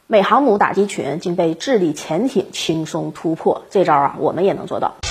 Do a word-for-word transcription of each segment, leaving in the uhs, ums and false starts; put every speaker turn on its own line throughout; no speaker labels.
美航母打击群竟被智利潜艇轻松突破，这招啊，我们也能做到。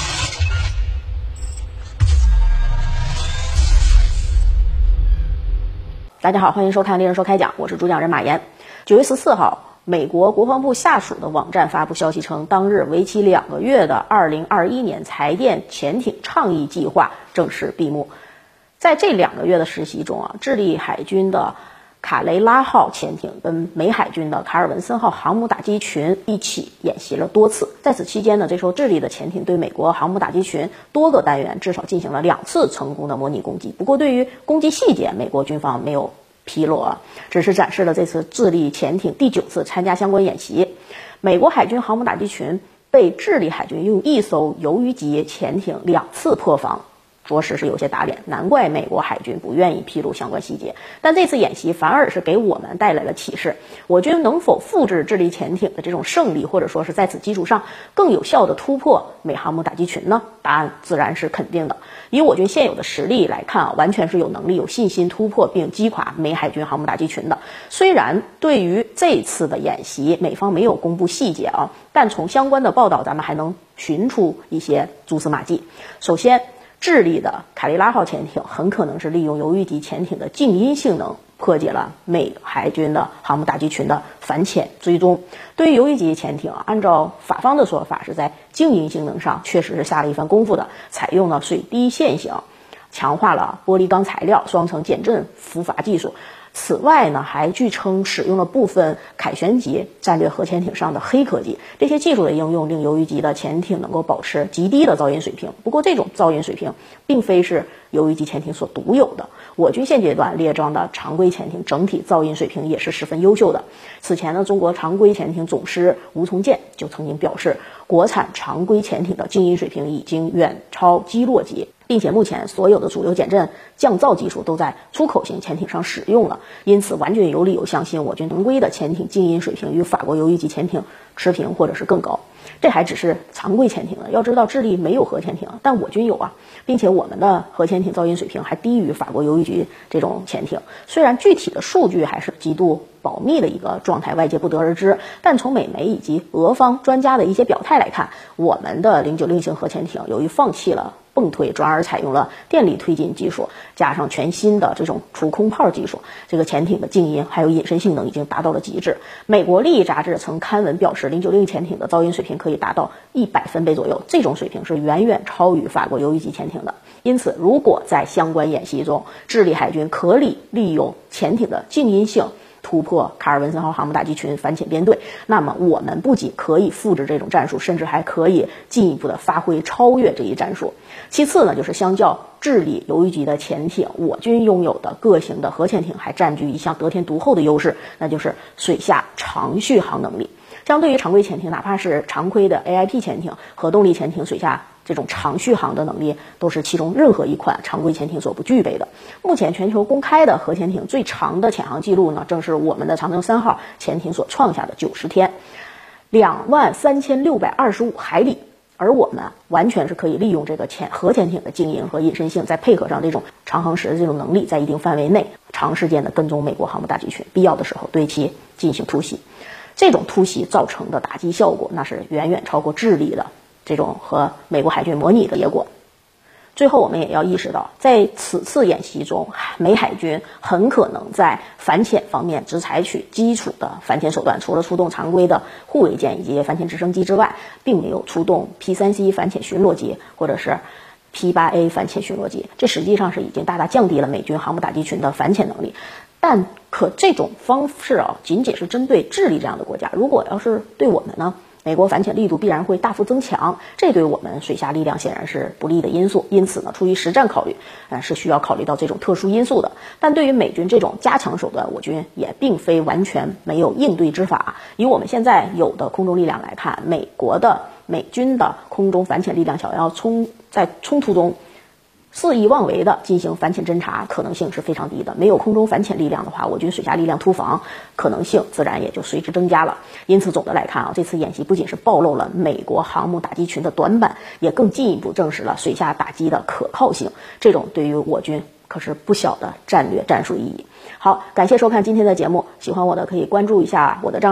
大家好，欢迎收看《猎人说开讲》，我是主讲人马岩。九月十四号，美国国防部下属的网站发布消息称，当日为期两个月的二零二一年柴电潜艇倡议计划正式闭幕。在这两个月的实习中啊，智利海军的卡雷拉号潜艇跟美海军的卡尔文森号航母打击群一起演习了多次。在此期间呢，这艘智利的潜艇对美国航母打击群多个单元至少进行了两次成功的模拟攻击。不过对于攻击细节，美国军方没有披露啊，只是展示了这次智利潜艇第九次参加相关演习。美国海军航母打击群被智利海军用一艘鱿鱼级潜艇两次破防，着实是有些打脸，难怪美国海军不愿意披露相关细节。但这次演习反而是给我们带来了启示，我军能否复制智利潜艇的这种胜利，或者说是在此基础上更有效的突破美航母打击群呢？答案自然是肯定的。以我军现有的实力来看啊，完全是有能力有信心突破并击垮美海军航母打击群的。虽然对于这次的演习美方没有公布细节啊，但从相关的报道咱们还能寻出一些蛛丝马迹。首先，智利的卡雷拉号潜艇很可能是利用鱿鱼级潜艇的静音性能破解了美海军的航母打击群的反潜追踪。对于鱿鱼级潜艇啊，按照法方的说法，是在静音性能上确实是下了一番功夫的，采用了水滴线型，强化了玻璃钢材料双层减震浮筏技术。此外呢，还据称使用了部分凯旋级战略核潜艇上的黑科技。这些技术的应用令鱿鱼级的潜艇能够保持极低的噪音水平。不过这种噪音水平并非是鱿鱼级潜艇所独有的，我军现阶段列装的常规潜艇整体噪音水平也是十分优秀的。此前呢，中国常规潜艇总师吴从建就曾经表示，国产常规潜艇的静音水平已经远超基洛级，并且目前所有的主流减震降噪技术都在出口型潜艇上使用了，因此完全有理由相信我军常规的潜艇静音水平与法国鱿鱼级潜艇持平或者是更高。这还只是常规潜艇了，要知道智利没有核潜艇，但我军有啊，并且我们的核潜艇噪音水平还低于法国鱿鱼级这种潜艇。虽然具体的数据还是极度保密的一个状态，外界不得而知，但从美媒以及俄方专家的一些表态来看，我们的零九零型核潜艇由于放弃了泵推，转而采用了电力推进技术，加上全新的这种除空炮技术，这个潜艇的静音还有隐身性能已经达到了极致。美国利益杂志曾刊文表示，零九零潜艇的噪音水平可以达到一百分贝左右，这种水平是远远超于法国鱿鱼级潜艇的。因此，如果在相关演习中，智利海军可以利用潜艇的静音性突破卡尔文森号航母打击群反潜编队，那么我们不仅可以复制这种战术，甚至还可以进一步的发挥超越这一战术。其次呢，就是相较智利鱿鱼级的潜艇，我军拥有的各型的核潜艇还占据一项得天独厚的优势，那就是水下长续航能力。相对于常规潜艇，哪怕是常规的 A I P 潜艇、核动力潜艇，水下这种长续航的能力都是其中任何一款常规潜艇所不具备的。目前全球公开的核潜艇最长的潜航记录呢，正是我们的长征三号潜艇所创下的九十天，两万三千六百二十五海里。而我们完全是可以利用这个潜核潜艇的静音和隐身性，再配合上这种长航时的这种能力，在一定范围内长时间的跟踪美国航母打击群，必要的时候对其进行突袭。这种突袭造成的打击效果，那是远远超过智利的这种和美国海军模拟的结果。最后我们也要意识到，在此次演习中，美海军很可能在反潜方面只采取基础的反潜手段，除了出动常规的护卫舰以及反潜直升机之外，并没有出动 P 三 C 反潜巡逻机或者是 P 八 A 反潜巡逻机，这实际上是已经大大降低了美军航母打击群的反潜能力。但可这种方式啊，仅仅是针对智利这样的国家，如果要是对我们呢，美国反潜力度必然会大幅增强，这对我们水下力量显然是不利的因素。因此呢，出于实战考虑，呃，是需要考虑到这种特殊因素的。但对于美军这种加强手段，我军也并非完全没有应对之法。以我们现在有的空中力量来看，美国的美军的空中反潜力量想要冲在冲突中肆意妄为的进行反潜侦察，可能性是非常低的。没有空中反潜力量的话，我军水下力量突防可能性自然也就随之增加了。因此总的来看啊，这次演习不仅是暴露了美国航母打击群的短板，也更进一步证实了水下打击的可靠性，这种对于我军可是不小的战略战术意义。好，感谢收看今天的节目，喜欢我的可以关注一下我的账号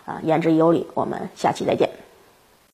啊，言之有理。我们下期再见。